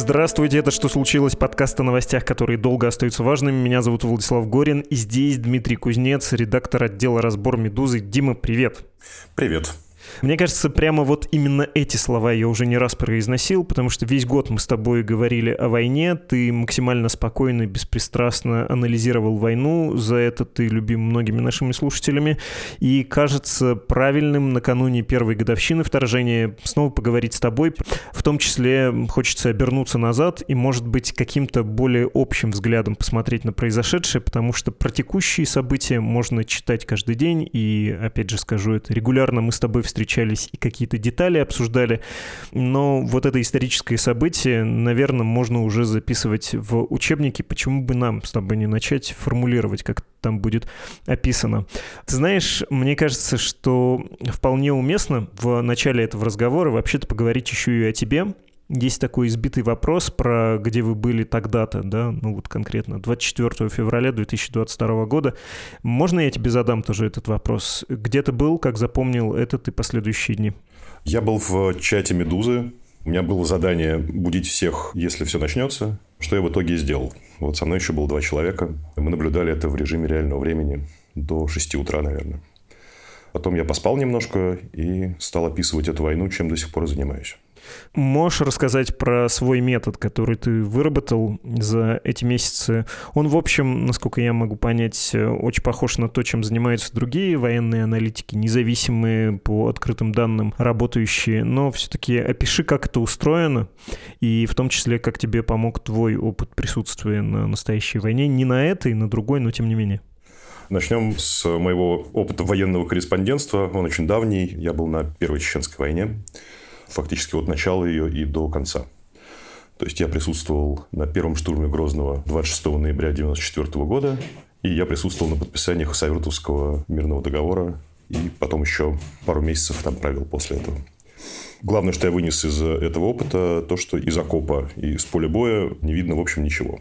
Здравствуйте, это «Что случилось?» Подкаст о новостях, которые долго остаются важными. Меня зовут Владислав Горин, и здесь Дмитрий Кузнец, редактор отдела «Разбор Медузы». Дима, привет. Привет. Мне кажется, прямо вот именно эти слова я уже не раз произносил, потому что весь год мы с тобой говорили о войне, ты максимально спокойно и беспристрастно анализировал войну, за это ты любим многими нашими слушателями, и кажется правильным накануне первой годовщины вторжения снова поговорить с тобой, в том числе хочется обернуться назад и, может быть, каким-то более общим взглядом посмотреть на произошедшее, потому что про текущие события можно читать каждый день, и, опять же скажу это, регулярно мы с тобой встречались и какие-то детали обсуждали, но вот это историческое событие, наверное, можно уже записывать в учебнике. Почему бы нам с тобой не начать формулировать, как там будет описано? Ты знаешь, мне кажется, что вполне уместно в начале этого разговора вообще-то поговорить еще и о тебе. Есть такой избитый вопрос про где вы были тогда-то, да, ну вот конкретно 24 февраля 2022 года. Можно я тебе задам тоже этот вопрос? Где ты был, как запомнил этот и последующие дни? Я был в чате «Медузы». У меня было задание будить всех, если все начнется, что я в итоге и сделал. Вот со мной еще было 2 человека. Мы наблюдали это в режиме реального времени до 6 утра, наверное. Потом я поспал немножко и стал описывать эту войну, чем до сих пор и занимаюсь. Можешь рассказать про свой метод, который ты выработал за эти месяцы? Он, в общем, насколько я могу понять, очень похож на то, чем занимаются другие военные аналитики, независимые по открытым данным, работающие. Но все-таки опиши, как это устроено, и в том числе, как тебе помог твой опыт присутствия на настоящей войне. Не на этой, на другой, но тем не менее. Начнем с моего опыта военного корреспондентства. Он очень давний. Я был на Первой Чеченской войне. Фактически от начала ее и до конца. То есть, я присутствовал на первом штурме Грозного 26 ноября 1994 года. И я присутствовал на подписаниях Саверутовского мирного договора. И потом еще пару месяцев там провел после этого. Главное, что я вынес из этого опыта, то, что из окопа и с поля боя не видно, в общем, ничего.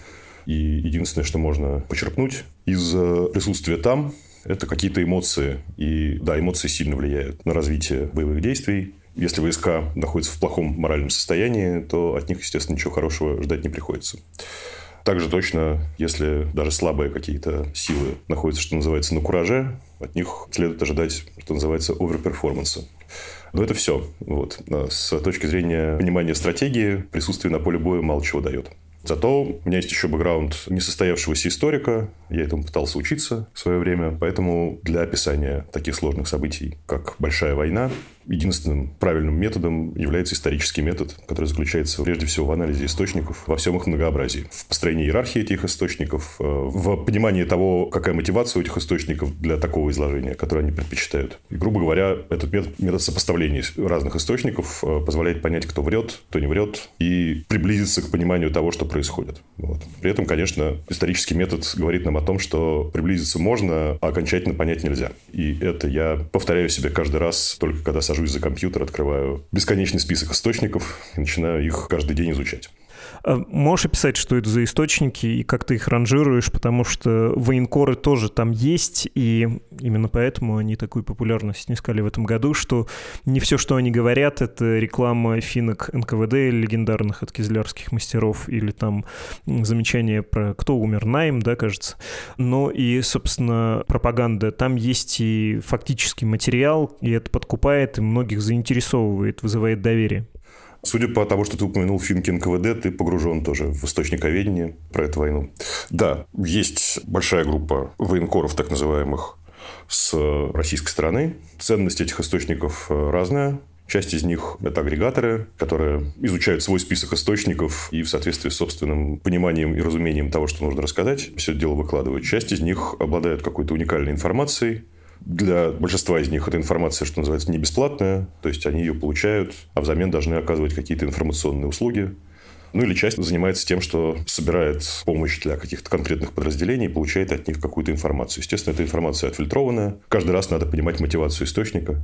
И единственное, что можно почерпнуть из присутствия там, это какие-то эмоции. И да, эмоции сильно влияют на развитие боевых действий. Если войска находятся в плохом моральном состоянии, то от них, естественно, ничего хорошего ждать не приходится. Также точно, если даже слабые какие-то силы находятся, что называется, на кураже, от них следует ожидать, что называется, оверперформанса. Но это все. Вот. С точки зрения понимания стратегии, присутствие на поле боя мало чего дает. Зато у меня есть еще бэкграунд несостоявшегося историка. Я этому пытался учиться в свое время. Поэтому для описания таких сложных событий, как Большая война, единственным правильным методом является исторический метод, который заключается прежде всего в анализе источников во всем их многообразии. В построении иерархии этих источников, в понимании того, какая мотивация у этих источников для такого изложения, которое они предпочитают. И, грубо говоря, этот метод сопоставления разных источников позволяет понять, кто врет, кто не врет, и приблизиться к пониманию того, что происходит. Вот. При этом, конечно, исторический метод говорит нам о том, что приблизиться можно, а окончательно понять нельзя. И это я повторяю себе каждый раз, только когда сажусь за компьютер, открываю бесконечный список источников и начинаю их каждый день изучать. Можешь описать, что это за источники и как ты их ранжируешь, потому что военкоры тоже там есть, и именно поэтому они такую популярность снискали в этом году, что не все, что они говорят, это реклама финок НКВД легендарных от кизлярских мастеров или там замечания про кто умер, Найм, да, кажется, но и, собственно, пропаганда. Там есть и фактический материал, и это подкупает, и многих заинтересовывает, вызывает доверие. Судя по тому, что ты упомянул финки НКВД, ты погружен тоже в источниковедение про эту войну. Да, есть большая группа военкоров, так называемых, с российской стороны. Ценность этих источников разная. Часть из них – это агрегаторы, которые изучают свой список источников и в соответствии с собственным пониманием и разумением того, что нужно рассказать, все это дело выкладывают. Часть из них обладает какой-то уникальной информацией. Для большинства из них эта информация, что называется, не бесплатная, то есть они ее получают, а взамен должны оказывать какие-то информационные услуги. Ну или часть занимается тем, что собирает помощь для каких-то конкретных подразделений и получает от них какую-то информацию. Естественно, эта информация отфильтрованная. Каждый раз надо понимать мотивацию источника.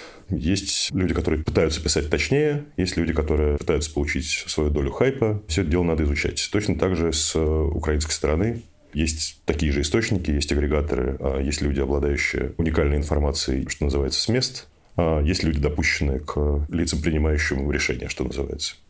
Есть люди, которые пытаются писать точнее, есть люди, которые пытаются получить свою долю хайпа. Все это дело надо изучать. Точно так же с украинской стороны. Есть такие же источники, есть агрегаторы, есть люди, обладающие уникальной информацией, что называется, с мест, есть люди, допущенные к лицам, принимающим решения, что называется.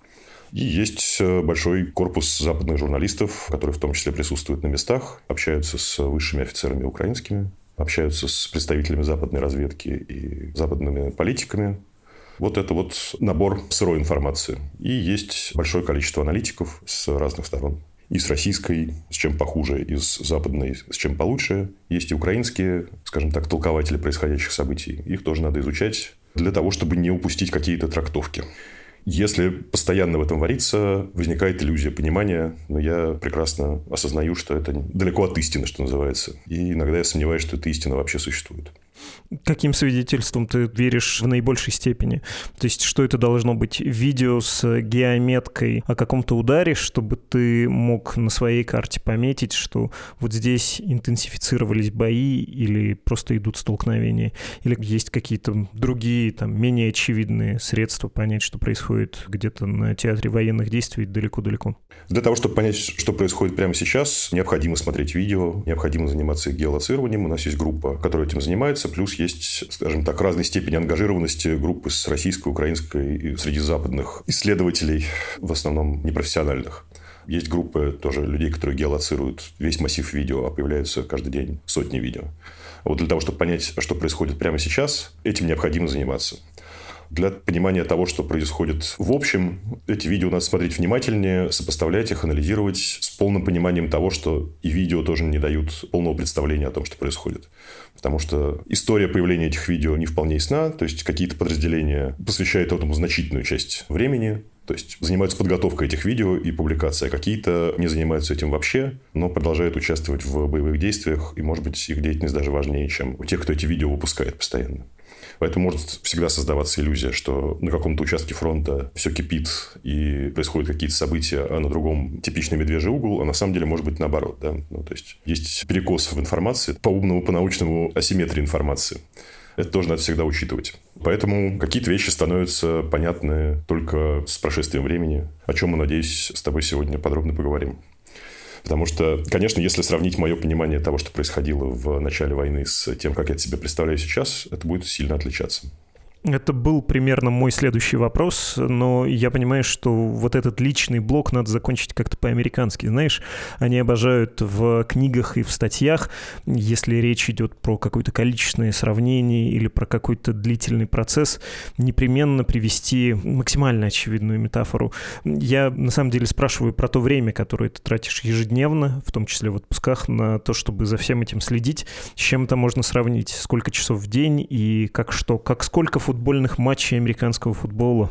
И есть большой корпус западных журналистов, которые в том числе присутствуют на местах, общаются с высшими офицерами украинскими, общаются с представителями западной разведки и западными политиками. Вот это вот набор сырой информации. И есть большое количество аналитиков с разных сторон. И с российской, с чем похуже, и с западной, с чем получше. Есть и украинские, скажем так, толкователи происходящих событий. Их тоже надо изучать для того, чтобы не упустить какие-то трактовки. Если постоянно в этом вариться, возникает иллюзия понимания, но я прекрасно осознаю, что это далеко от истины, что называется. И иногда я сомневаюсь, что эта истина вообще существует. Каким свидетельством ты веришь в наибольшей степени? То есть, что это должно быть? Видео с геометкой о каком-то ударе, чтобы ты мог на своей карте пометить, что вот здесь интенсифицировались бои или просто идут столкновения? Или есть какие-то другие, там, менее очевидные средства понять, что происходит где-то на театре военных действий далеко-далеко? Для того, чтобы понять, что происходит прямо сейчас, необходимо смотреть видео, необходимо заниматься их геолоцированием. У нас есть группа, которая этим занимается, плюс есть, скажем так, разной степени ангажированности группы с российской, украинской и среди западных исследователей, в основном непрофессиональных. Есть группы тоже людей, которые геолоцируют весь массив видео, а появляются каждый день сотни видео. Вот для того, чтобы понять, что происходит прямо сейчас, этим необходимо заниматься. Для понимания того, что происходит в общем, эти видео надо смотреть внимательнее, сопоставлять их, анализировать с полным пониманием того, что и видео тоже не дают полного представления о том, что происходит. Потому что история появления этих видео не вполне ясна, то есть какие-то подразделения посвящают этому значительную часть времени, то есть занимаются подготовкой этих видео и публикацией, а какие-то не занимаются этим вообще, но продолжают участвовать в боевых действиях, и, может быть, их деятельность даже важнее, чем у тех, кто эти видео выпускает постоянно. Поэтому может всегда создаваться иллюзия, что на каком-то участке фронта все кипит и происходят какие-то события, а на другом типичный медвежий угол, а на самом деле может быть наоборот. Да? То есть перекос в информации, по-умному, по-научному асимметрия информации. Это тоже надо всегда учитывать. Поэтому какие-то вещи становятся понятны только с прошествием времени, о чем мы, надеюсь, с тобой сегодня подробно поговорим. Потому что, конечно, если сравнить мое понимание того, что происходило в начале войны, с тем, как я это себе представляю сейчас, это будет сильно отличаться. Это был примерно мой следующий вопрос, но я понимаю, что вот этот личный блок надо закончить как-то по-американски. Знаешь, они обожают в книгах и в статьях, если речь идет про какое-то количественное сравнение или про какой-то длительный процесс, непременно привести максимально очевидную метафору. Я, на самом деле, спрашиваю про то время, которое ты тратишь ежедневно, в том числе в отпусках, на то, чтобы за всем этим следить. С чем это можно сравнить? Сколько часов в день и как сколько футбольных матчей американского футбола?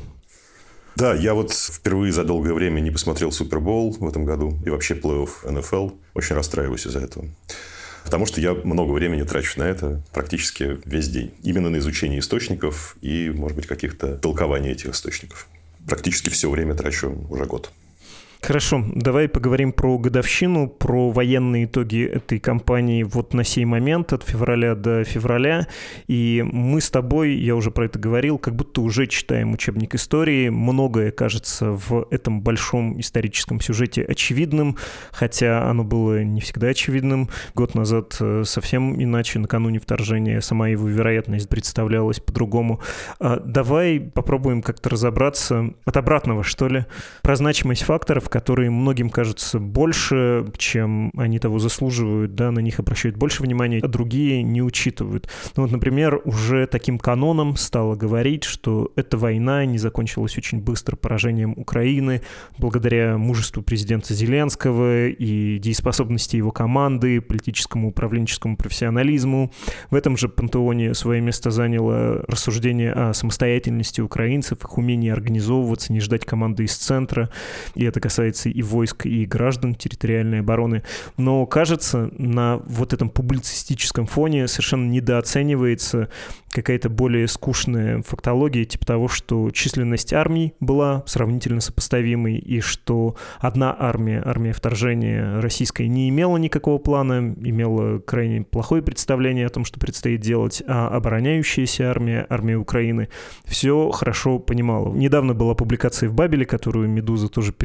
Да, я вот впервые за долгое время не посмотрел Супербол в этом году и вообще плей-офф НФЛ. Очень расстраиваюсь из-за этого. Потому что я много времени трачу на это практически весь день. Именно на изучение источников и, может быть, каких-то толкований этих источников. Практически все время трачу уже год. Хорошо, давай поговорим про годовщину, про военные итоги этой кампании вот на сей момент, от февраля до февраля. И мы с тобой, я уже про это говорил, как будто уже читаем учебник истории. Многое кажется в этом большом историческом сюжете очевидным, хотя оно было не всегда очевидным. Год назад совсем иначе, накануне вторжения, сама его вероятность представлялась по-другому. Давай попробуем как-то разобраться от обратного, что ли, про значимость факторов, которые многим кажутся больше, чем они того заслуживают, да, на них обращают больше внимания, а другие не учитывают. Ну вот, например, уже таким каноном стало говорить, что эта война не закончилась очень быстро поражением Украины, благодаря мужеству президента Зеленского и дееспособности его команды, политическому управленческому профессионализму. В этом же пантеоне свое место заняло рассуждение о самостоятельности украинцев, их умении организовываться, не ждать команды из центра, и это касается и войск, и граждан территориальной обороны. Но, кажется, на вот этом публицистическом фоне совершенно недооценивается какая-то более скучная фактология, типа того, что численность армий была сравнительно сопоставимой, и что одна армия вторжения российская, не имела никакого плана, имела крайне плохое представление о том, что предстоит делать, а обороняющаяся армия Украины, все хорошо понимала. Недавно была публикация в Бабеле, которую «Медуза» тоже пересказала,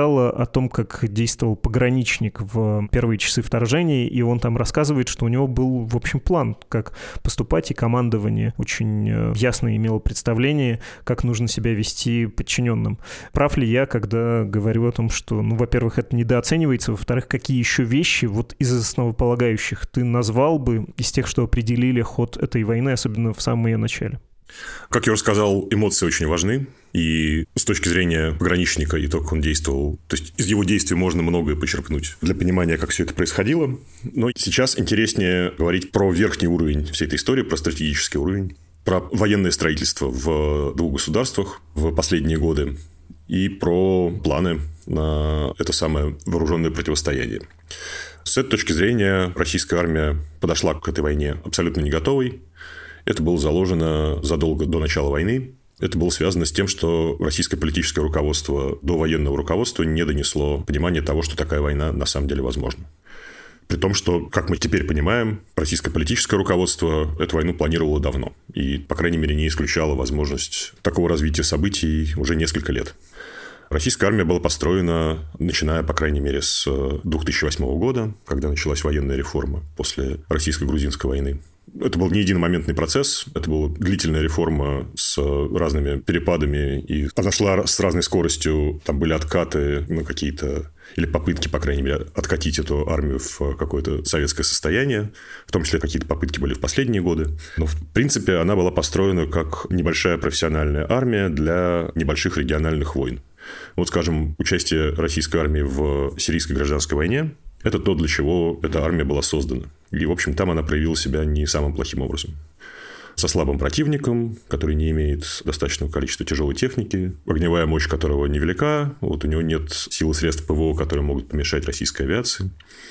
рассказала о том, как действовал пограничник в первые часы вторжения, и он там рассказывает, что у него был, в общем, план, как поступать, и командование очень ясно имело представление, как нужно себя вести подчиненным. Прав ли я, когда говорю о том, что, во-первых, это недооценивается, во-вторых, какие еще вещи вот из основополагающих ты назвал бы из тех, что определили ход этой войны, особенно в самом ее начале? Как я уже сказал, эмоции очень важны. И с точки зрения пограничника и то, как он действовал, то есть из его действий можно многое почерпнуть для понимания, как все это происходило. Но сейчас интереснее говорить про верхний уровень всей этой истории, про стратегический уровень, про военное строительство в двух государствах в последние годы и про планы на это самое вооруженное противостояние. С этой точки зрения российская армия подошла к этой войне абсолютно не готовой. Это было заложено задолго до начала войны. Это было связано с тем, что российское политическое руководство до военного руководства не донесло понимания того, что такая война на самом деле возможна. При том, что, как мы теперь понимаем, российское политическое руководство эту войну планировало давно. И, по крайней мере, не исключало возможность такого развития событий уже несколько лет. Российская армия была построена, начиная, по крайней мере, с 2008 года, когда началась военная реформа после российско-грузинской войны. Это был не единомоментный процесс, это была длительная реформа с разными перепадами, и она шла с разной скоростью. Там были откаты на какие-то, или попытки, по крайней мере, откатить эту армию в какое-то советское состояние. В том числе какие-то попытки были в последние годы. Но, в принципе, она была построена как небольшая профессиональная армия для небольших региональных войн. Вот, скажем, участие российской армии в сирийской гражданской войне – это то, для чего эта армия была создана. И, в общем, там она проявила себя не самым плохим образом. Со слабым противником, который не имеет достаточного количества тяжелой техники, огневая мощь которого невелика, вот у него нет сил и средств ПВО, которые могут помешать российской авиации.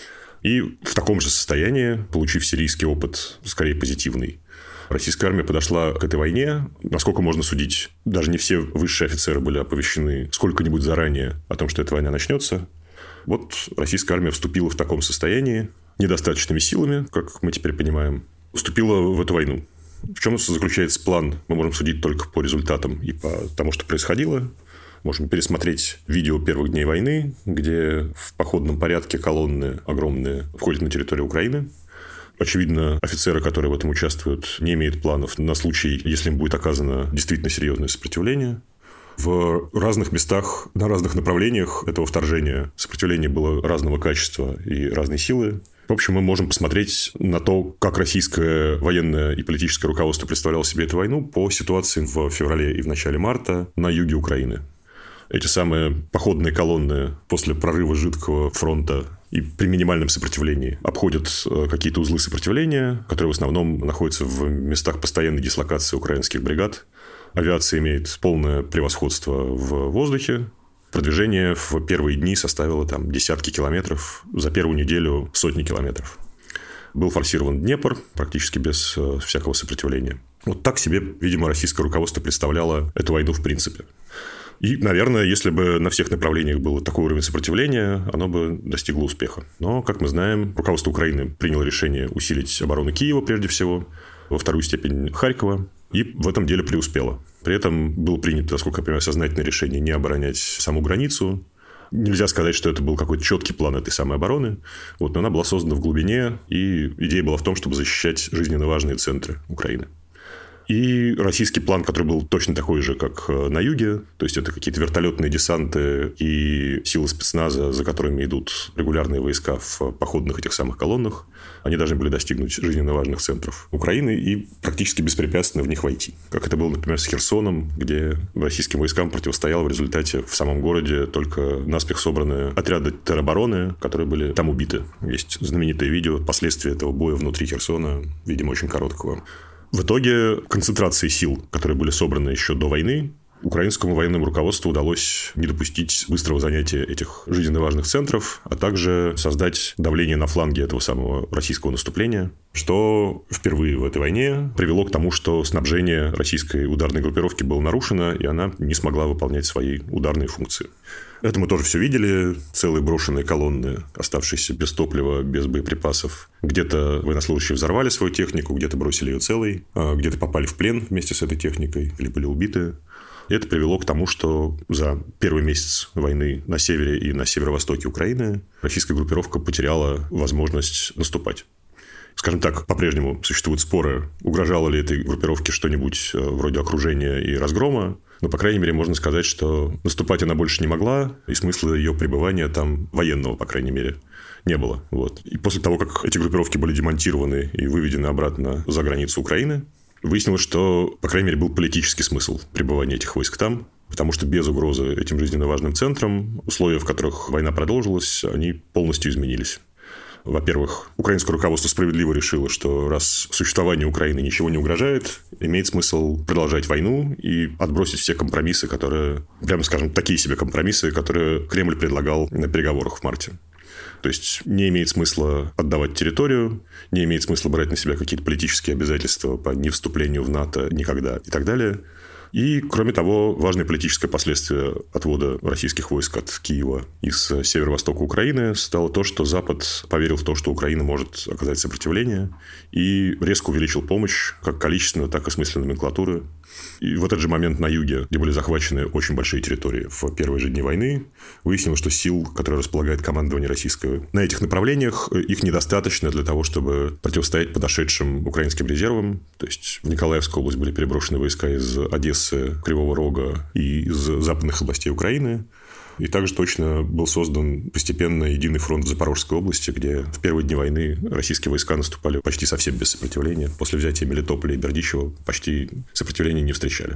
И в таком же состоянии, получив сирийский опыт, скорее позитивный, российская армия подошла к этой войне. Насколько можно судить, даже не все высшие офицеры были оповещены сколько-нибудь заранее о том, что эта война начнется. Вот российская армия вступила в таком состоянии, недостаточными силами, как мы теперь понимаем, вступила в эту войну. В чем заключается план, мы можем судить только по результатам и по тому, что происходило. Можем пересмотреть видео первых дней войны, где в походном порядке колонны огромные входят на территорию Украины. Очевидно, офицеры, которые в этом участвуют, не имеют планов на случай, если им будет оказано действительно серьезное сопротивление. В разных местах, на разных направлениях этого вторжения сопротивление было разного качества и разной силы. В общем, мы можем посмотреть на то, как российское военное и политическое руководство представляло себе эту войну по ситуации в феврале и в начале марта на юге Украины. Эти самые походные колонны после прорыва жидкого фронта и при минимальном сопротивлении обходят какие-то узлы сопротивления, которые в основном находятся в местах постоянной дислокации украинских бригад. Авиация имеет полное превосходство в воздухе. Продвижение в первые дни составило там десятки километров, за первую неделю сотни километров. Был форсирован Днепр практически без всякого сопротивления. Вот так себе, видимо, российское руководство представляло эту войну в принципе. И, наверное, если бы на всех направлениях был такой уровень сопротивления, оно бы достигло успеха. Но, как мы знаем, руководство Украины приняло решение усилить оборону Киева прежде всего, во вторую степень Харькова, и в этом деле преуспело. При этом было принято, насколько я понимаю, сознательное решение не оборонять саму границу. Нельзя сказать, что это был какой-то четкий план этой самой обороны, но она была создана в глубине, и идея была в том, чтобы защищать жизненно важные центры Украины. И российский план, который был точно такой же, как на юге, то есть это какие-то вертолетные десанты и силы спецназа, за которыми идут регулярные войска в походных этих самых колоннах, они должны были достигнуть жизненно важных центров Украины и практически беспрепятственно в них войти. Как это было, например, с Херсоном, где российским войскам противостоял в результате в самом городе только наспех собранные отряды теробороны, которые были там убиты. Есть знаменитое видео, последствия этого боя внутри Херсона, видимо, очень короткого. В итоге концентрации сил, которые были собраны еще до войны, украинскому военному руководству удалось не допустить быстрого занятия этих жизненно важных центров, а также создать давление на фланге этого самого российского наступления, что впервые в этой войне привело к тому, что снабжение российской ударной группировки было нарушено, и она не смогла выполнять свои ударные функции. Это мы тоже все видели. Целые брошенные колонны, оставшиеся без топлива, без боеприпасов. Где-то военнослужащие взорвали свою технику, где-то бросили ее целой, где-то попали в плен вместе с этой техникой или были убиты. И это привело к тому, что за первый месяц войны на севере и на северо-востоке Украины российская группировка потеряла возможность наступать. Скажем так, по-прежнему существуют споры, угрожало ли этой группировке что-нибудь вроде окружения и разгрома. Но, по крайней мере, можно сказать, что наступать она больше не могла, и смысла ее пребывания там военного, по крайней мере, не было. Вот. И после того, как эти группировки были демонтированы и выведены обратно за границу Украины, выяснилось, что, по крайней мере, был политический смысл пребывания этих войск там, потому что без угрозы этим жизненно важным центрам условия, в которых война продолжилась, они полностью изменились. Во-первых, украинское руководство справедливо решило, что раз существованию Украины ничего не угрожает, имеет смысл продолжать войну и отбросить все компромиссы, которые, прямо скажем, такие себе компромиссы, которые Кремль предлагал на переговорах в марте. То есть не имеет смысла отдавать территорию, не имеет смысла брать на себя какие-то политические обязательства по невступлению в НАТО никогда и так далее. И, кроме того, важное политическое последствие отвода российских войск от Киева из северо-востока Украины стало то, что Запад поверил в то, что Украина может оказать сопротивление, и резко увеличил помощь, как количественно, так и в смысле номенклатуры. И в этот же момент на юге, где были захвачены очень большие территории в первые же дни войны, выяснилось, что сил, которые располагает командование российское на этих направлениях, их недостаточно для того, чтобы противостоять подошедшим украинским резервам. То есть в Николаевскую область были переброшены войска из Одессы, Кривого Рога и из западных областей Украины. И также точно был создан постепенно единый фронт в Запорожской области, где в первые дни войны российские войска наступали почти совсем без сопротивления. После взятия Мелитополя и Бердичева почти сопротивления не встречали.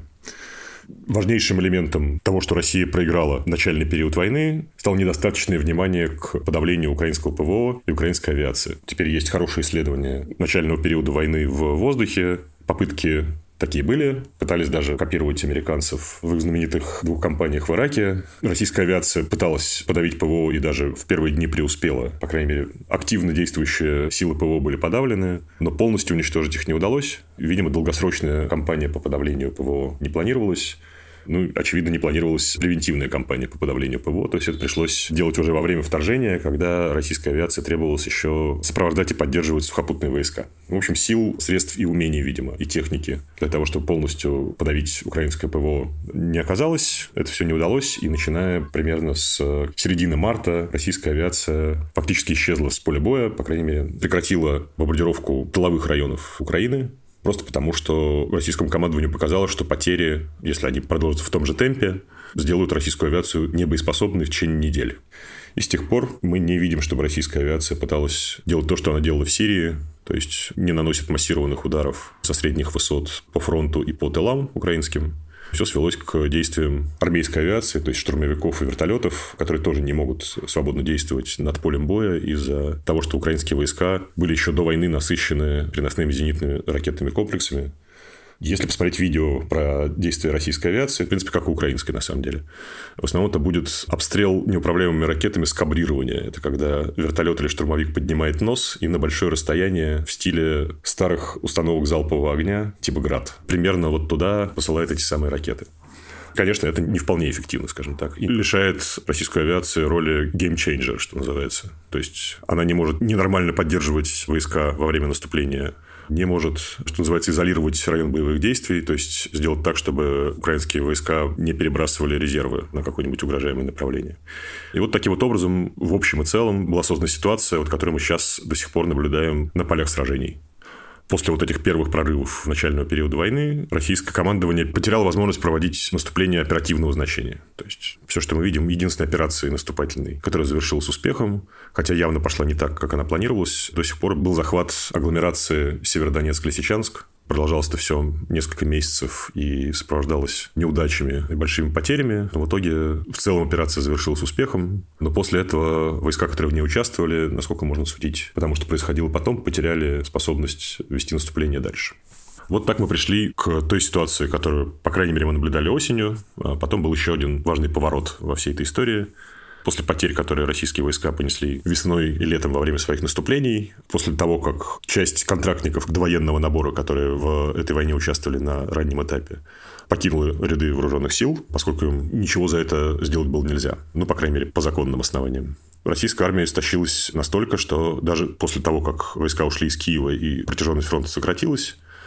Важнейшим элементом того, что Россия проиграла в начальный период войны, стало недостаточное внимание к подавлению украинского ПВО и украинской авиации. Теперь есть хорошие исследования начального периода войны в воздухе, попытки такие были. Пытались даже копировать американцев в их знаменитых 2 кампаниях в Ираке. Российская авиация пыталась подавить ПВО и даже в первые дни преуспела. По крайней мере, активно действующие силы ПВО были подавлены, но полностью уничтожить их не удалось. Видимо, долгосрочная кампания по подавлению ПВО не планировалась. Очевидно, не планировалась превентивная кампания по подавлению ПВО. То есть, это пришлось делать уже во время вторжения, когда российской авиации требовалось еще сопровождать и поддерживать сухопутные войска. В общем, сил, средств и умений, видимо, и техники для того, чтобы полностью подавить украинское ПВО, не оказалось. Это все не удалось. И начиная примерно с середины марта российская авиация фактически исчезла с поля боя. По крайней мере, прекратила бомбардировку тыловых районов Украины. Просто потому, что российскому командованию показалось, что потери, если они продолжатся в том же темпе, сделают российскую авиацию небоеспособной в течение недель. И с тех пор мы не видим, чтобы российская авиация пыталась делать то, что она делала в Сирии, то есть не наносит массированных ударов со средних высот по фронту и по тылам украинским. Все свелось к действиям армейской авиации, то есть штурмовиков и вертолетов, которые тоже не могут свободно действовать над полем боя из-за того, что украинские войска были еще до войны насыщены переносными зенитными ракетными комплексами. Если посмотреть видео про действия российской авиации, в принципе, как и украинской, на самом деле, в основном это будет обстрел неуправляемыми ракетами с кабрирования. Это когда вертолет или штурмовик поднимает нос и на большое расстояние в стиле старых установок залпового огня, типа «Град», примерно вот туда посылает эти самые ракеты. Конечно, это не вполне эффективно, скажем так, и лишает российскую авиацию роли геймчейнджера, что называется. То есть, она не может ненормально поддерживать войска во время наступления, не может, что называется, изолировать район боевых действий, то есть сделать так, чтобы украинские войска не перебрасывали резервы на какое-нибудь угрожаемое направление. И вот таким вот образом, в общем и целом, была создана ситуация, которую мы сейчас до сих пор наблюдаем на полях сражений. После вот этих первых прорывов начального периода войны российское командование потеряло возможность проводить наступление оперативного значения. То есть, все, что мы видим, единственной операцией наступательной, которая завершилась успехом, хотя явно пошла не так, как она планировалась, до сих пор был захват агломерации Северодонецк-Лисичанск. Продолжалось это все несколько месяцев и сопровождалось неудачами и большими потерями. Но в итоге в целом операция завершилась успехом. Но после этого войска, которые в ней участвовали, насколько можно судить, потому что происходило потом, потеряли способность вести наступление дальше. Вот так мы пришли к той ситуации, которую, по крайней мере, мы наблюдали осенью. А потом был еще один важный поворот во всей этой истории. После потерь, которые российские войска понесли весной и летом во время своих наступлений, после того, как часть контрактников довоенного набора, которые в этой войне участвовали на раннем этапе, покинула ряды вооруженных сил, поскольку им ничего за это сделать было нельзя. По крайней мере, по законным основаниям. Российская армия истощилась настолько, что даже после того, как войска ушли из Киева и протяженность фронта сократилась,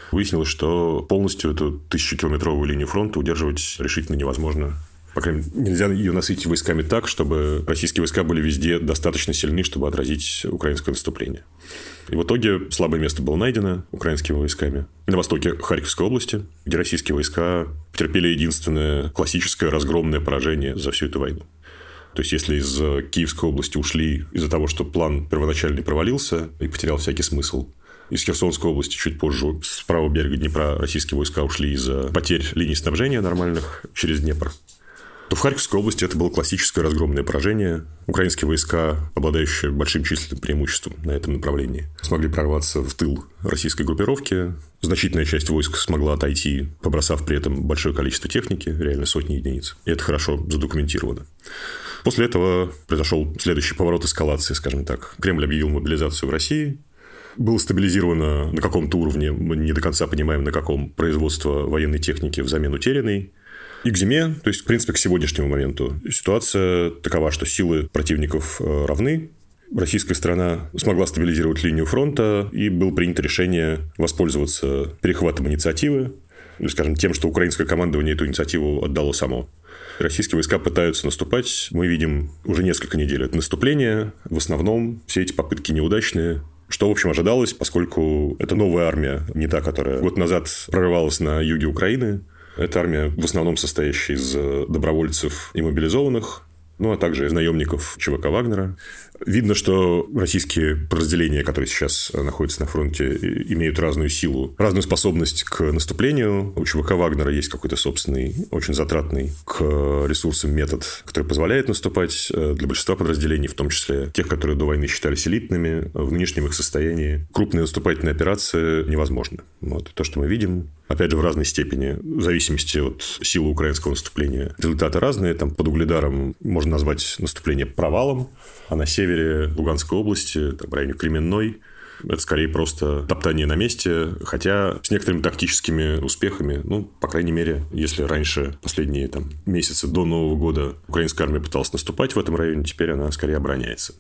выяснилось, что полностью эту 1000-километровую линию фронта удерживать решительно невозможно. По крайней мере, нельзя ее насытить войсками так, чтобы российские войска были везде достаточно сильны, чтобы отразить украинское наступление. И в итоге слабое место было найдено украинскими войсками на востоке Харьковской области, где российские войска потерпели единственное классическое разгромное поражение за всю эту войну. То есть, если из Киевской области ушли из-за того, что план первоначальный провалился и потерял всякий смысл, из Херсонской области чуть позже с правого берега Днепра российские войска ушли из-за потерь линий снабжения нормальных через Днепр, то в Харьковской области это было классическое разгромное поражение. Украинские войска, обладающие большим численным преимуществом на этом направлении, смогли прорваться в тыл российской группировки. Значительная часть войск смогла отойти, побросав при этом большое количество техники, реально сотни единиц. И это хорошо задокументировано. После этого произошел следующий поворот эскалации, скажем так. Кремль объявил мобилизацию в России. Было стабилизировано на каком-то уровне, мы не до конца понимаем, на каком, производство военной техники взамен утерянной. И к зиме, то есть, в принципе, к сегодняшнему моменту, ситуация такова, что силы противников равны. Российская сторона смогла стабилизировать линию фронта, и было принято решение воспользоваться перехватом инициативы, или, скажем, тем, что украинское командование эту инициативу отдало само. Российские войска пытаются наступать. Мы видим уже несколько недель это наступление. В основном все эти попытки неудачные. Что, в общем, ожидалось, поскольку это новая армия, не та, которая год назад прорывалась на юге Украины. Это армия, в основном состоящая из добровольцев и мобилизованных, ну, а также из наемников ЧВК Вагнера. Видно, что российские подразделения, которые сейчас находятся на фронте, имеют разную силу, разную способность к наступлению. У ЧВК Вагнера есть какой-то собственный, очень затратный к ресурсам метод, который позволяет наступать для большинства подразделений, в том числе тех, которые до войны считались элитными. В нынешнем их состоянии крупные наступательные операции невозможны. Вот. То, что мы видим, опять же, в разной степени, в зависимости от силы украинского наступления. Результаты разные. Там под Угледаром можно назвать наступление провалом, а на севере Луганской области, там, в районе Кременной, это скорее просто топтание на месте, хотя с некоторыми тактическими успехами. Ну, по крайней мере, если раньше, последние месяцы до Нового года, украинская армия пыталась наступать в этом районе, теперь она скорее обороняется.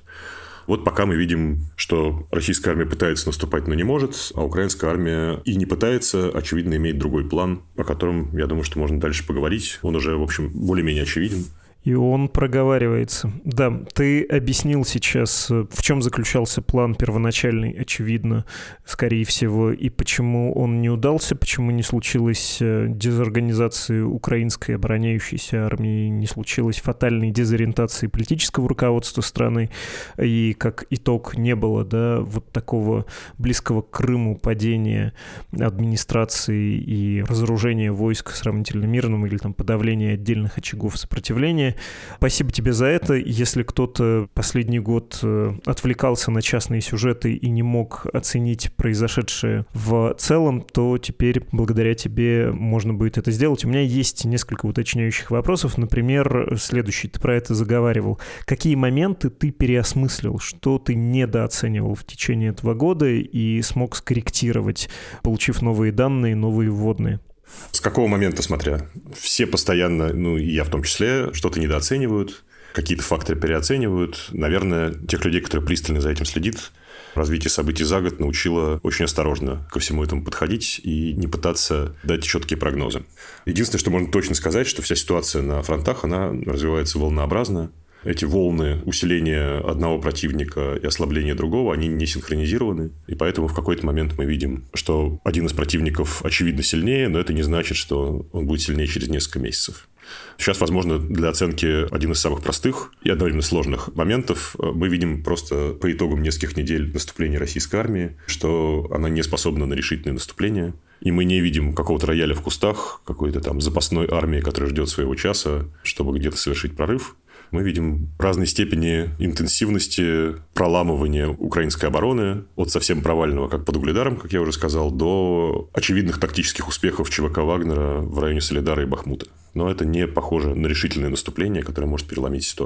Вот пока мы видим, что российская армия пытается наступать, но не может, а украинская армия и не пытается, очевидно, имеет другой план, о котором, я думаю, что можно дальше поговорить. Он уже, в общем, более-менее очевиден. И он проговаривается. Да, ты объяснил сейчас, в чем заключался план первоначальный, очевидно, скорее всего, и почему он не удался, почему не случилось дезорганизации украинской обороняющейся армии, не случилось фатальной дезориентации политического руководства страны, и как итог не было, вот такого близкого к Крыму падения администрации и разоружения войск сравнительно мирным или подавления отдельных очагов сопротивления. Спасибо тебе за это. Если кто-то последний год отвлекался на частные сюжеты и не мог оценить произошедшее в целом, то теперь благодаря тебе можно будет это сделать. У меня есть несколько уточняющих вопросов. Например, следующий. Ты про это заговаривал. Какие моменты ты переосмыслил, что ты недооценивал в течение этого года и смог скорректировать, получив новые данные, новые вводные? С какого момента смотря? Все постоянно, и я в том числе, что-то недооценивают, какие-то факторы переоценивают. Наверное, тех людей, которые пристально за этим следят, развитие событий за год научило очень осторожно ко всему этому подходить и не пытаться дать четкие прогнозы. Единственное, что можно точно сказать, что вся ситуация на фронтах, она развивается волнообразно. Эти волны усиления одного противника и ослабления другого, они не синхронизированы. И поэтому в какой-то момент мы видим, что один из противников очевидно сильнее, но это не значит, что он будет сильнее через несколько месяцев. Сейчас, возможно, для оценки один из самых простых и одновременно сложных моментов мы видим просто по итогам нескольких недель наступления российской армии, что она не способна на решительное наступление. И мы не видим какого-то рояля в кустах, какой-то запасной армии, которая ждет своего часа, чтобы где-то совершить прорыв. Мы видим разной степени интенсивности проламывания украинской обороны от совсем провального, как под Угледаром, как я уже сказал, до очевидных тактических успехов ЧВК Вагнера в районе Солидара и Бахмута. Но это не похоже на решительное наступление, которое может переломить ситуацию.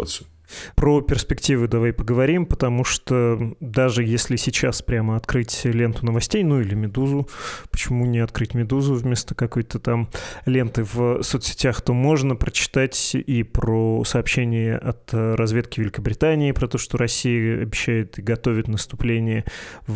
Про перспективы давай поговорим, потому что даже если сейчас прямо открыть ленту новостей, ну или «Медузу», почему не открыть «Медузу» вместо какой-то там ленты в соцсетях, то можно прочитать и про сообщения от разведки Великобритании, про то, что Россия обещает и готовит наступление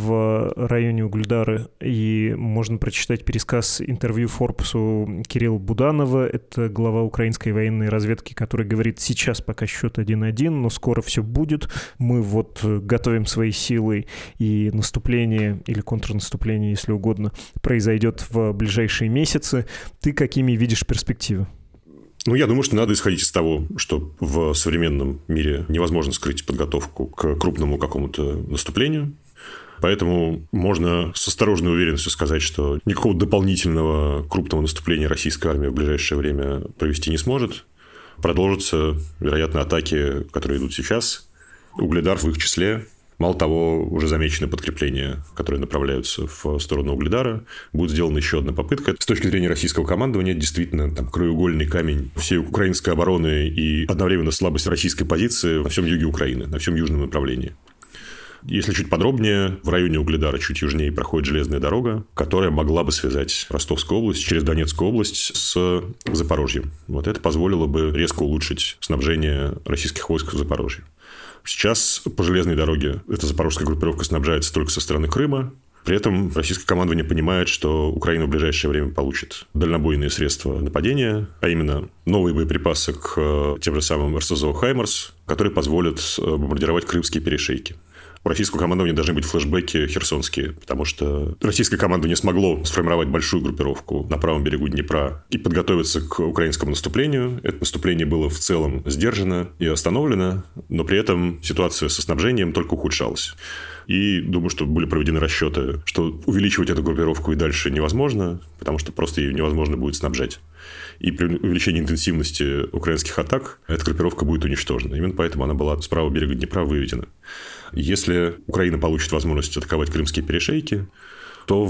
в районе Угледара, и можно прочитать пересказ интервью Форбсу Кирилла Буданова, это глава украинской военной разведки, который говорит: сейчас пока счет 1-1, но скоро все будет. Мы вот готовим свои силы, и наступление или контрнаступление, если угодно, произойдет в ближайшие месяцы. Ты какими видишь перспективы? Я думаю, что надо исходить из того, что в современном мире невозможно скрыть подготовку к крупному какому-то наступлению. Поэтому можно с осторожной уверенностью сказать, что никакого дополнительного крупного наступления российская армия в ближайшее время провести не сможет. Продолжатся, вероятно, атаки, которые идут сейчас. Угледар в их числе. Мало того, уже замечены подкрепления, которые направляются в сторону Угледара. Будет сделана еще одна попытка. С точки зрения российского командования, действительно, там краеугольный камень всей украинской обороны и одновременно слабость российской позиции на всем юге Украины, на всем южном направлении. Если чуть подробнее, в районе Угледара, чуть южнее, проходит железная дорога, которая могла бы связать Ростовскую область через Донецкую область с Запорожьем. Вот это позволило бы резко улучшить снабжение российских войск в Запорожье. Сейчас по железной дороге эта запорожская группировка снабжается только со стороны Крыма. При этом российское командование понимает, что Украина в ближайшее время получит дальнобойные средства нападения, а именно новые боеприпасы к тем же самым РСЗО «Хаймарс», которые позволят бомбардировать крымские перешейки. У российского командования должны быть флешбеки херсонские, потому что российское командование смогло сформировать большую группировку на правом берегу Днепра и подготовиться к украинскому наступлению. Это наступление было в целом сдержано и остановлено, но при этом ситуация со снабжением только ухудшалась. И думаю, что были проведены расчеты, что увеличивать эту группировку и дальше невозможно, потому что просто ее невозможно будет снабжать. И при увеличении интенсивности украинских атак эта группировка будет уничтожена. Именно поэтому она была с правого берега Днепра выведена. Если Украина получит возможность атаковать крымские перешейки, то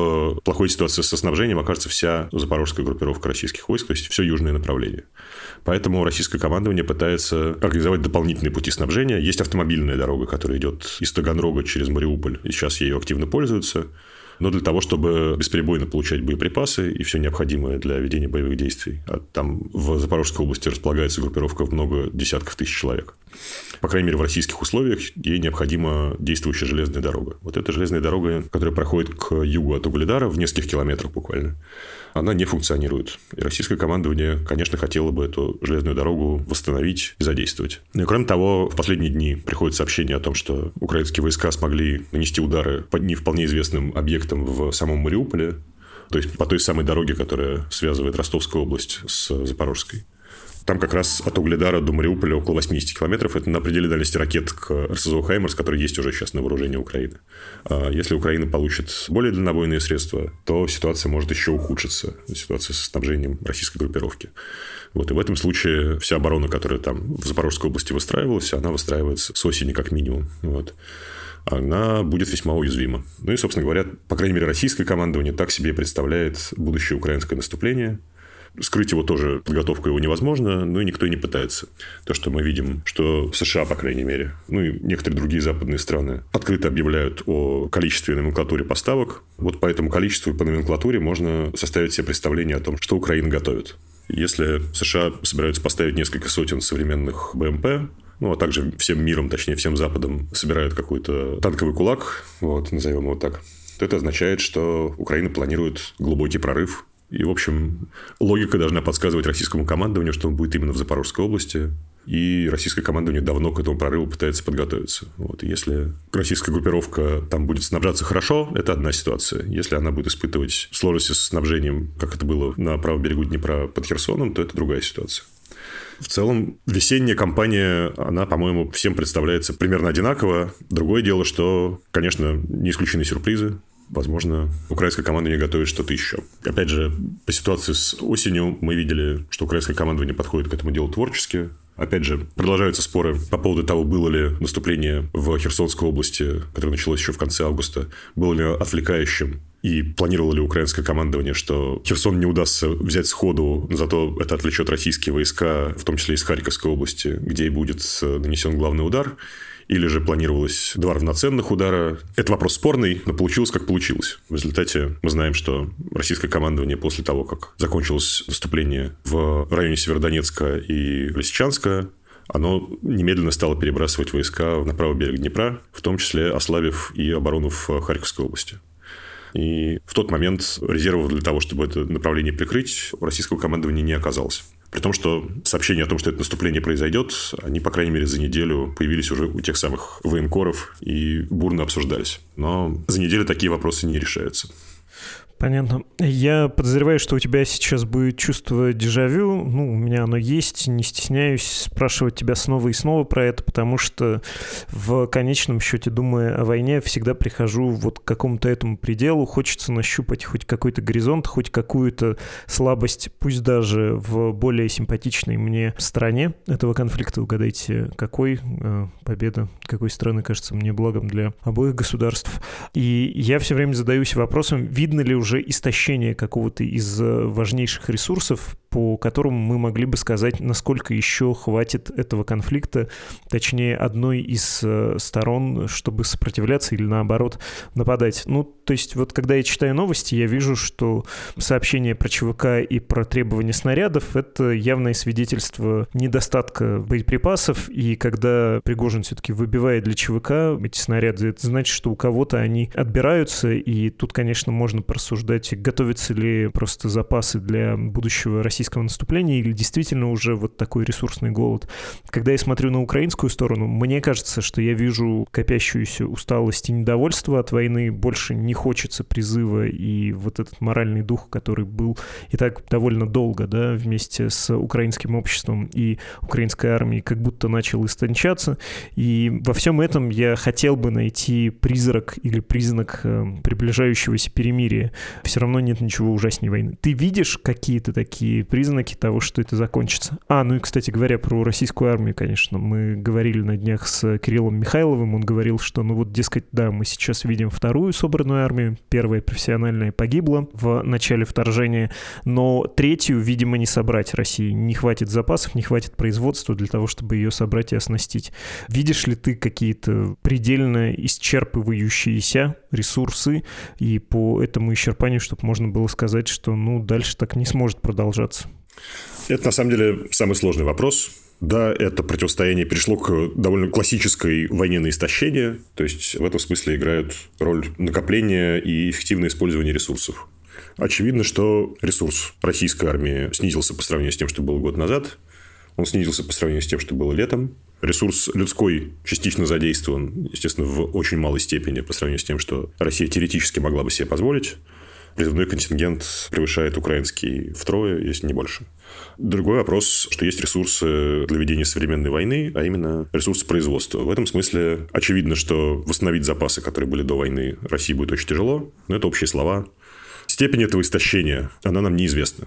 в плохой ситуации со снабжением окажется вся запорожская группировка российских войск, то есть все южное направление. Поэтому российское командование пытается организовать дополнительные пути снабжения. Есть автомобильная дорога, которая идет из Таганрога через Мариуполь, и сейчас ею активно пользуются. Но для того, чтобы бесперебойно получать боеприпасы и все необходимое для ведения боевых действий. А там в Запорожской области располагается группировка в много десятков тысяч человек. По крайней мере, в российских условиях ей необходима действующая железная дорога. Вот эта железная дорога, которая проходит к югу от Угледара, в нескольких километрах буквально, она не функционирует. И российское командование, конечно, хотело бы эту железную дорогу восстановить и задействовать. Ну и кроме того, в последние дни приходят сообщения о том, что украинские войска смогли нанести удары по не вполне известным объектам в самом Мариуполе, то есть по той самой дороге, которая связывает Ростовскую область с Запорожской. Там как раз от Угледара до Мариуполя около 80 километров. Это на пределе дальности ракет к РСЗО «Хаймарс», который есть уже сейчас на вооружении Украины. Если Украина получит более дальнобойные средства, то ситуация может еще ухудшиться. Ситуация со снабжением российской группировки. Вот. И в этом случае вся оборона, которая там в Запорожской области выстраивалась, она выстраивается с осени как минимум. Вот. Она будет весьма уязвима. Ну и, собственно говоря, по крайней мере, российское командование так себе представляет будущее украинское наступление. Скрыть его тоже, подготовка его невозможно, но и никто и не пытается. То, что мы видим, что США, по крайней мере, ну и некоторые другие западные страны открыто объявляют о количестве и номенклатуре поставок. Вот по этому количеству и по номенклатуре можно составить себе представление о том, что Украина готовит. Если США собираются поставить несколько сотен современных БМП, ну, а также всем миром, точнее, всем Западом собирают какой-то танковый кулак, вот, назовем его так, то это означает, что Украина планирует глубокий прорыв. И, в общем, логика должна подсказывать российскому командованию, что он будет именно в Запорожской области. И российское командование давно к этому прорыву пытается подготовиться. Вот. И если российская группировка там будет снабжаться хорошо, это одна ситуация. Если она будет испытывать сложности с снабжением, как это было на правом берегу Днепра под Херсоном, то это другая ситуация. В целом, весенняя кампания, она, по-моему, всем представляется примерно одинаково. Другое дело, что, конечно, не исключены сюрпризы. Возможно, украинское командование готовит что-то еще. Опять же, по ситуации с осенью мы видели, что украинское командование подходит к этому делу творчески. Опять же, продолжаются споры по поводу того, было ли наступление в Херсонской области, которое началось еще в конце августа, было ли отвлекающим И планировало ли украинское командование, что Херсон не удастся взять сходу, зато это отвлечет российские войска, в том числе из Харьковской области, где и будет нанесен главный удар? Или же планировалось 2 равноценных удара? Это вопрос спорный, но получилось, как получилось. В результате мы знаем, что российское командование после того, как закончилось наступление в районе Северодонецка и Лисичанска, оно немедленно стало перебрасывать войска на правый берег Днепра, в том числе ослабив и оборону в Харьковской области. И в тот момент резервов для того, чтобы это направление прикрыть, у российского командования не оказалось. При том, что сообщения о том, что это наступление произойдет, они, по крайней мере, за неделю появились уже у тех самых военкоров и бурно обсуждались. Но за неделю такие вопросы не решаются. Понятно. Я подозреваю, что у тебя сейчас будет чувство дежавю. У меня оно есть. Не стесняюсь спрашивать тебя снова и снова про это, потому что в конечном счете, думая о войне, всегда прихожу вот к какому-то этому пределу. Хочется нащупать хоть какой-то горизонт, хоть какую-то слабость, пусть даже в более симпатичной мне стороне этого конфликта. Угадайте, какой? Победа какой страны кажется мне благом для обоих государств. И я все время задаюсь вопросом, видно ли уже истощение какого-то из важнейших ресурсов, по которому мы могли бы сказать, насколько еще хватит этого конфликта, точнее, одной из сторон, чтобы сопротивляться или, наоборот, нападать. То есть, вот когда я читаю новости, я вижу, что сообщения про ЧВК и про требования снарядов — это явное свидетельство недостатка боеприпасов, и когда Пригожин все-таки выбивает для ЧВК эти снаряды, это значит, что у кого-то они отбираются, и тут, конечно, можно порассуждать, готовятся ли просто запасы для будущего российского наступления или действительно уже вот такой ресурсный голод. Когда я смотрю на украинскую сторону, мне кажется, что я вижу копящуюся усталость и недовольство от войны, больше не хочется призыва, и вот этот моральный дух, который был и так довольно долго, да, вместе с украинским обществом и украинской армией, как будто начал истончаться. И во всем этом я хотел бы найти призрак или признак приближающегося перемирия. Все равно нет ничего ужаснее войны. Ты видишь какие-то такие признаки того, что это закончится? И, кстати говоря, про российскую армию, конечно, мы говорили на днях с Кириллом Михайловым, он говорил, что, дескать, да, мы сейчас видим вторую собранную армию, первая профессиональная погибла в начале вторжения, но третью, видимо, не собрать России. Не хватит запасов, не хватит производства для того, чтобы ее собрать и оснастить. Видишь ли ты какие-то предельно исчерпывающиеся ресурсы, и по этому исчерпанию, чтобы можно было сказать, что, дальше так не сможет продолжаться? Это, на самом деле, самый сложный вопрос. Да, это противостояние перешло к довольно классической войне на истощение. То есть, в этом смысле играют роль накопления и эффективное использование ресурсов. Очевидно, что ресурс российской армии снизился по сравнению с тем, что было год назад. Он снизился по сравнению с тем, что было летом. Ресурс людской частично задействован, естественно, в очень малой степени по сравнению с тем, что Россия теоретически могла бы себе позволить. Призывной контингент превышает украинский втрое, если не больше. Другой вопрос, что есть ресурсы для ведения современной войны, а именно ресурсы производства. В этом смысле очевидно, что восстановить запасы, которые были до войны, России будет очень тяжело, но это общие слова. Степень этого истощения, она нам неизвестна.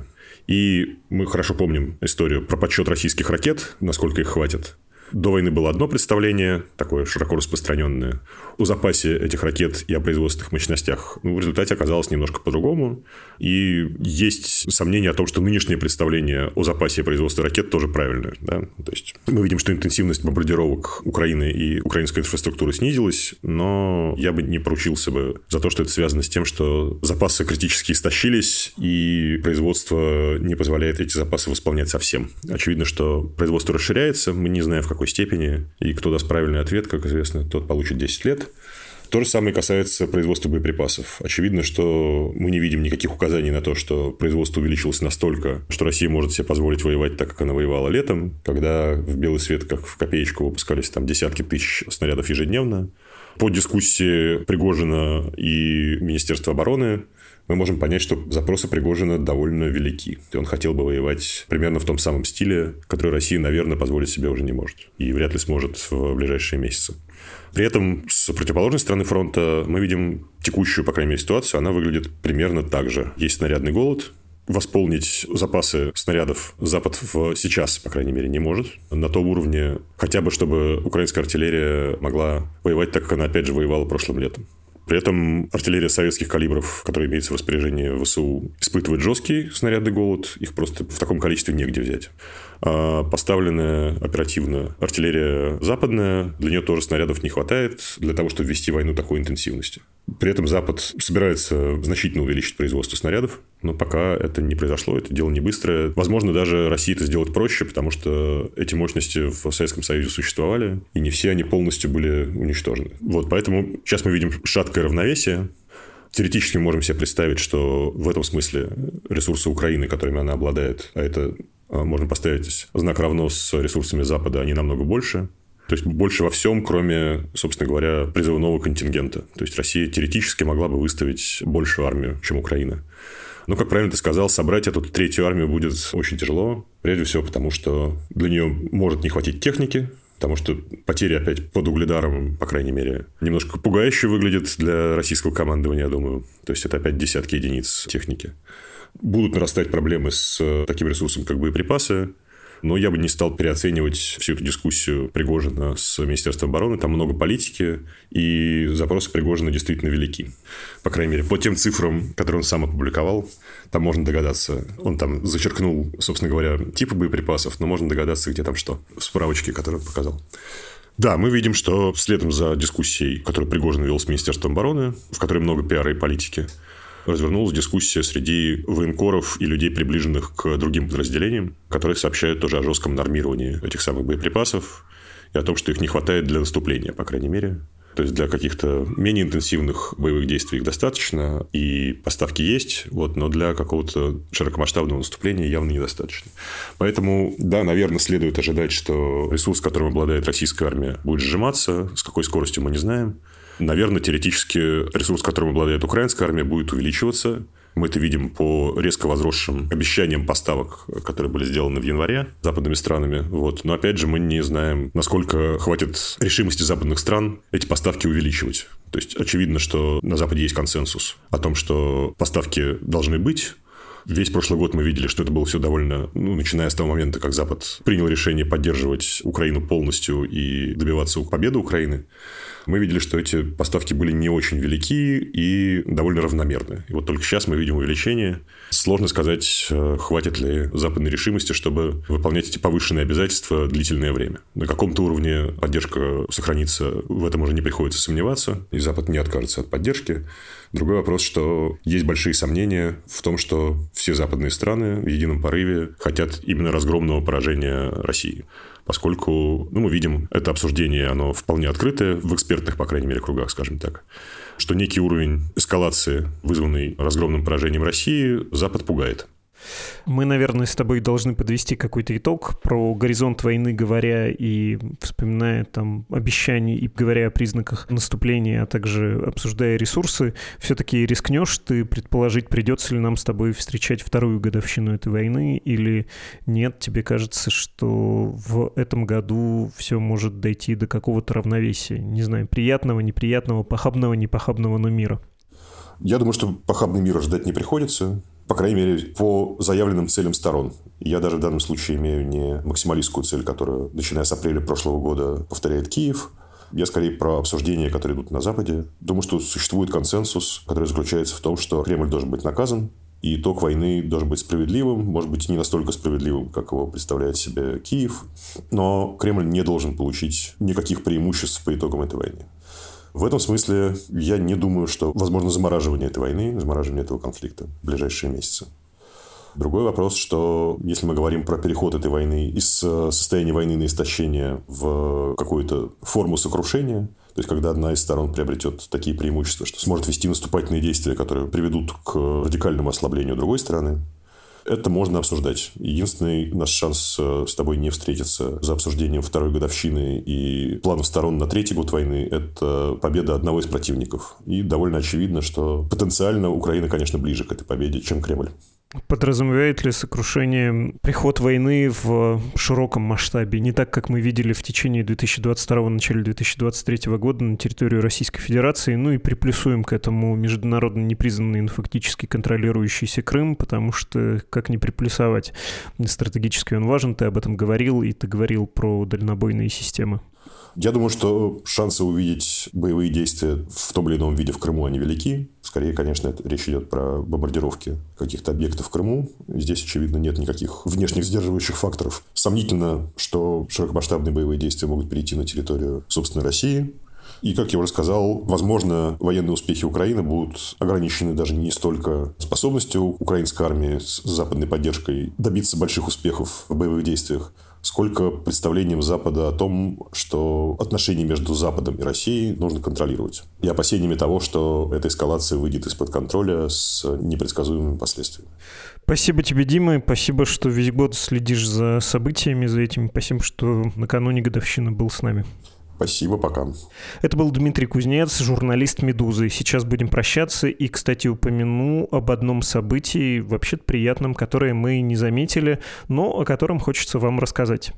И мы хорошо помним историю про подсчет российских ракет, насколько их хватит. До войны было одно представление, такое широко распространенное, о запасе этих ракет и о производственных мощностях. В результате оказалось немножко по-другому. И есть сомнения о том, что нынешнее представление о запасе и производстве ракет тоже правильное. Да? То есть, мы видим, что интенсивность бомбардировок Украины и украинской инфраструктуры снизилась, но я бы не поручился бы за то, что это связано с тем, что запасы критически истощились, и производство не позволяет эти запасы восполнять совсем. Очевидно, что производство расширяется, мы не знаем, в какой степени, и кто даст правильный ответ, как известно, тот получит 10 лет. То же самое касается производства боеприпасов. Очевидно, что мы не видим никаких указаний на то, что производство увеличилось настолько, что Россия может себе позволить воевать так, как она воевала летом, когда в белый свет, как в копеечку, выпускались там десятки тысяч снарядов ежедневно. По дискуссии Пригожина и Министерства обороны мы можем понять, что запросы Пригожина довольно велики. И он хотел бы воевать примерно в том самом стиле, который Россия, наверное, позволить себе уже не может. И вряд ли сможет в ближайшие месяцы. При этом с противоположной стороны фронта мы видим текущую, по крайней мере, ситуацию. Она выглядит примерно так же. Есть снарядный голод. Восполнить запасы снарядов Запад сейчас, по крайней мере, не может. На том уровне, хотя бы чтобы украинская артиллерия могла воевать так, как она, опять же, воевала прошлым летом. При этом артиллерия советских калибров, которая имеется в распоряжении ВСУ, испытывает жесткий снарядный голод. Их просто в таком количестве негде взять. А поставленная оперативно артиллерия западная, для нее тоже снарядов не хватает для того, чтобы вести войну такой интенсивности. При этом Запад собирается значительно увеличить производство снарядов, но пока это не произошло, это дело не быстрое. Возможно, даже России это сделать проще, потому что эти мощности в Советском Союзе существовали, и не все они полностью были уничтожены. Вот, поэтому сейчас мы видим шаткое равновесие. Теоретически мы можем себе представить, что в этом смысле ресурсы Украины, которыми она обладает, а это можно поставить знак равно с ресурсами Запада, они намного больше. То есть, больше во всем, кроме, собственно говоря, призывного контингента. То есть, Россия теоретически могла бы выставить большую армию, чем Украина. Но, как правильно ты сказал, собрать эту третью армию будет очень тяжело. Прежде всего, потому что для нее может не хватить техники. Потому что потери опять под Угледаром, по крайней мере, немножко пугающе выглядят для российского командования, я думаю. То есть, это опять десятки единиц техники. Будут нарастать проблемы с таким ресурсом, как боеприпасы. Но я бы не стал переоценивать всю эту дискуссию Пригожина с Министерством обороны. Там много политики, и запросы Пригожина действительно велики. По крайней мере, по тем цифрам, которые он сам опубликовал, там можно догадаться. Он там зачеркнул, собственно говоря, типы боеприпасов, но можно догадаться, где там что, в справочке, которую он показал. Да, мы видим, что следом за дискуссией, которую Пригожин вел с Министерством обороны, в которой много пиара и политики, развернулась дискуссия среди военкоров и людей, приближенных к другим подразделениям, которые сообщают тоже о жестком нормировании этих самых боеприпасов и о том, что их не хватает для наступления, по крайней мере. То есть, для каких-то менее интенсивных боевых действий их достаточно, и поставки есть, но для какого-то широкомасштабного наступления явно недостаточно. Поэтому, да, наверное, следует ожидать, что ресурс, которым обладает российская армия, будет сжиматься. С какой скоростью мы не знаем. Наверное, теоретически ресурс, которым обладает украинская армия, будет увеличиваться. Мы это видим по резко возросшим обещаниям поставок, которые были сделаны в январе западными странами. Но, опять же, мы не знаем, насколько хватит решимости западных стран эти поставки увеличивать. То есть, очевидно, что на Западе есть консенсус о том, что поставки должны быть. Весь прошлый год мы видели, что это было все довольно... начиная с того момента, как Запад принял решение поддерживать Украину полностью и добиваться победы Украины, мы видели, что эти поставки были не очень велики и довольно равномерны. И только сейчас мы видим увеличение. Сложно сказать, хватит ли западной решимости, чтобы выполнять эти повышенные обязательства длительное время. На каком-то уровне поддержка сохранится, в этом уже не приходится сомневаться, и Запад не откажется от поддержки. Другой вопрос, что есть большие сомнения в том, что все западные страны в едином порыве хотят именно разгромного поражения России. Поскольку, мы видим, это обсуждение, оно вполне открытое в экспертных, по крайней мере, кругах, скажем так, что некий уровень эскалации, вызванный разгромным поражением России, Запад пугает. Мы, наверное, с тобой должны подвести какой-то итог про горизонт войны, говоря и вспоминая там обещания и говоря о признаках наступления, а также обсуждая ресурсы. Все-таки рискнешь ты предположить, придется ли нам с тобой встречать вторую годовщину этой войны или нет? Тебе кажется, что в этом году все может дойти до какого-то равновесия? Не знаю, приятного, неприятного, похабного, непохабного, но мира. Я думаю, что похабный мир ждать не приходится. По крайней мере, по заявленным целям сторон. Я даже в данном случае имею не максималистскую цель, которую, начиная с апреля прошлого года, повторяет Киев. Я скорее про обсуждения, которые идут на Западе. Думаю, что существует консенсус, который заключается в том, что Кремль должен быть наказан, и итог войны должен быть справедливым, может быть, не настолько справедливым, как его представляет себе Киев, но Кремль не должен получить никаких преимуществ по итогам этой войны. В этом смысле я не думаю, что возможно замораживание этой войны, замораживание этого конфликта в ближайшие месяцы. Другой вопрос, что если мы говорим про переход этой войны из состояния войны на истощение в какую-то форму сокрушения, то есть когда одна из сторон приобретет такие преимущества, что сможет вести наступательные действия, которые приведут к радикальному ослаблению другой стороны, это можно обсуждать. Единственный наш шанс с тобой не встретиться за обсуждением второй годовщины и планов сторон на третий год войны – это победа одного из противников. И довольно очевидно, что потенциально Украина, конечно, ближе к этой победе, чем Кремль. Подразумевает ли сокрушение приход войны в широком масштабе, не так, как мы видели в течение 2022 начале 2023 года на территории Российской Федерации, ну и приплюсуем к этому международно непризнанный, но фактически контролирующийся Крым, потому что, как не приплюсовать, стратегически он важен, ты об этом говорил, и ты говорил про дальнобойные системы. Я думаю, что шансы увидеть боевые действия в том или ином виде в Крыму, они велики. Скорее, конечно, речь идет про бомбардировки каких-то объектов в Крыму. Здесь, очевидно, нет никаких внешних сдерживающих факторов. Сомнительно, что широкомасштабные боевые действия могут перейти на территорию собственной России. И, как я уже сказал, возможно, военные успехи Украины будут ограничены даже не столько способностью украинской армии с западной поддержкой добиться больших успехов в боевых действиях, сколько представлением Запада о том, что отношения между Западом и Россией нужно контролировать. И опасениями того, что эта эскалация выйдет из-под контроля с непредсказуемыми последствиями. Спасибо тебе, Дима. Спасибо, что весь год следишь за событиями, за этим. Спасибо, что накануне годовщины был с нами. Спасибо, пока. Это был Дмитрий Кузнец, журналист «Медузы». Сейчас будем прощаться. И, кстати, упомяну об одном событии, вообще-то приятном, которое мы не заметили, но о котором хочется вам рассказать.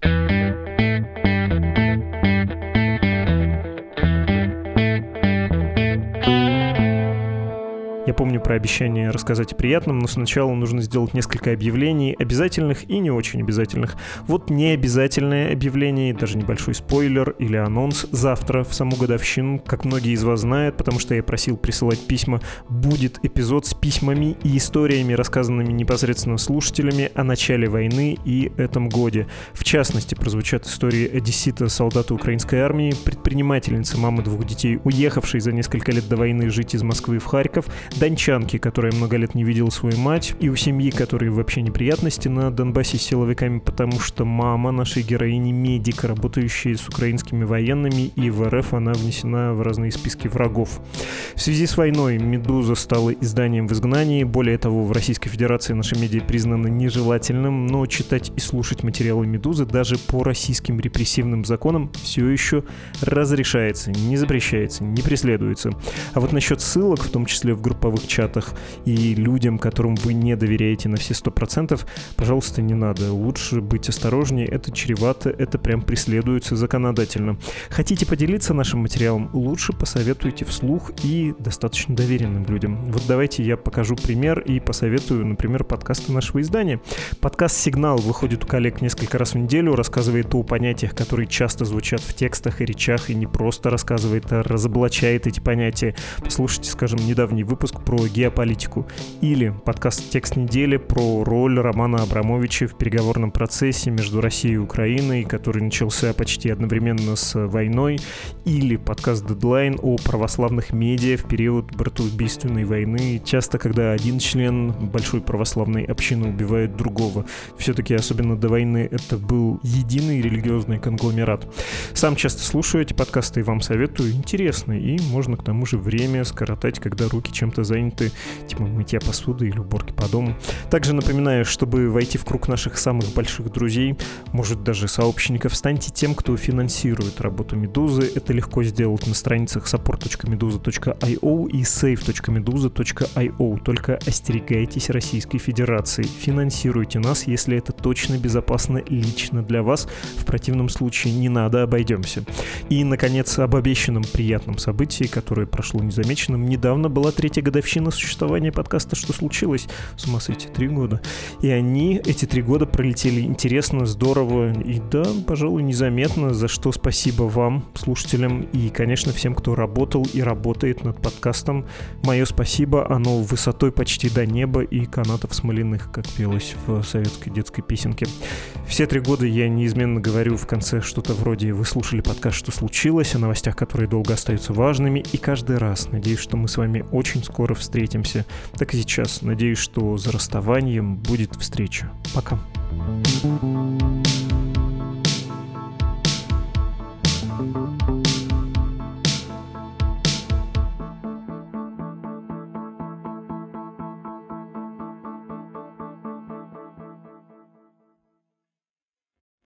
Я помню про обещание рассказать о приятном, но сначала нужно сделать несколько объявлений, обязательных и не очень обязательных. Вот необязательное объявление, даже небольшой спойлер или анонс. Завтра, в саму годовщину, как многие из вас знают, потому что я просил присылать письма, будет эпизод с письмами и историями, рассказанными непосредственно слушателями о начале войны и этом годе. В частности, прозвучат истории одессита, солдата украинской армии, предпринимательницы, мамы 2 детей, уехавшей за несколько лет до войны жить из Москвы в Харьков, дончанки, которая много лет не видела свою мать, и у семьи, которые вообще неприятности на Донбассе с силовиками, потому что мама нашей героини медик, работающая с украинскими военными, и в РФ она внесена в разные списки врагов. В связи с войной «Медуза» стала изданием в изгнании. Более того, в Российской Федерации наши медиа признаны нежелательным, но читать и слушать материалы «Медузы» даже по российским репрессивным законам все еще разрешается, не запрещается, не преследуется. А вот насчет ссылок, в том числе в групповых чатах и людям, которым вы не доверяете на все 100%, пожалуйста, не надо. Лучше быть осторожнее, это чревато, это прям преследуется законодательно. Хотите поделиться нашим материалом? Лучше посоветуйте вслух и достаточно доверенным людям. Вот давайте я покажу пример и посоветую, например, подкасты нашего издания. Подкаст «Сигнал» выходит у коллег несколько раз в неделю, рассказывает о понятиях, которые часто звучат в текстах и речах, и не просто рассказывает, а разоблачает эти понятия. Послушайте, скажем, недавний выпуск про геополитику. Или подкаст «Текст недели» про роль Романа Абрамовича в переговорном процессе между Россией и Украиной, который начался почти одновременно с войной. Или подкаст «Дедлайн» о православных медиа в период братоубийственной войны. Часто, когда один член большой православной общины убивает другого. Все-таки, особенно до войны, это был единый религиозный конгломерат. Сам часто слушаю эти подкасты и вам советую. Интересно. И можно к тому же время скоротать, когда руки чем-то заняты, типа мытья посуды или уборки по дому. Также напоминаю, чтобы войти в круг наших самых больших друзей, может даже сообщников, станьте тем, кто финансирует работу «Медузы». Это легко сделать на страницах support.meduza.io и save.meduza.io. Только остерегайтесь Российской Федерации. Финансируйте нас, если это точно безопасно лично для вас. В противном случае не надо, обойдемся. И, наконец, об обещанном приятном событии, которое прошло незамеченным. Недавно была 3-я годовщина существования подкаста «Что случилось?». С ума сойти, 3 года. И эти 3 года пролетели интересно, здорово и, да, пожалуй, незаметно, за что спасибо вам, слушателям, и, конечно, всем, кто работал и работает над подкастом. Мое спасибо, оно высотой почти до неба и канатов смоляных, как пелось в советской детской песенке. Все 3 года я неизменно говорю в конце что-то вроде «Вы слушали подкаст «Что случилось?», о новостях, которые долго остаются важными, и каждый раз надеюсь, что мы с вами очень скоро встретимся. Так и сейчас. Надеюсь, что за расставанием будет встреча. Пока.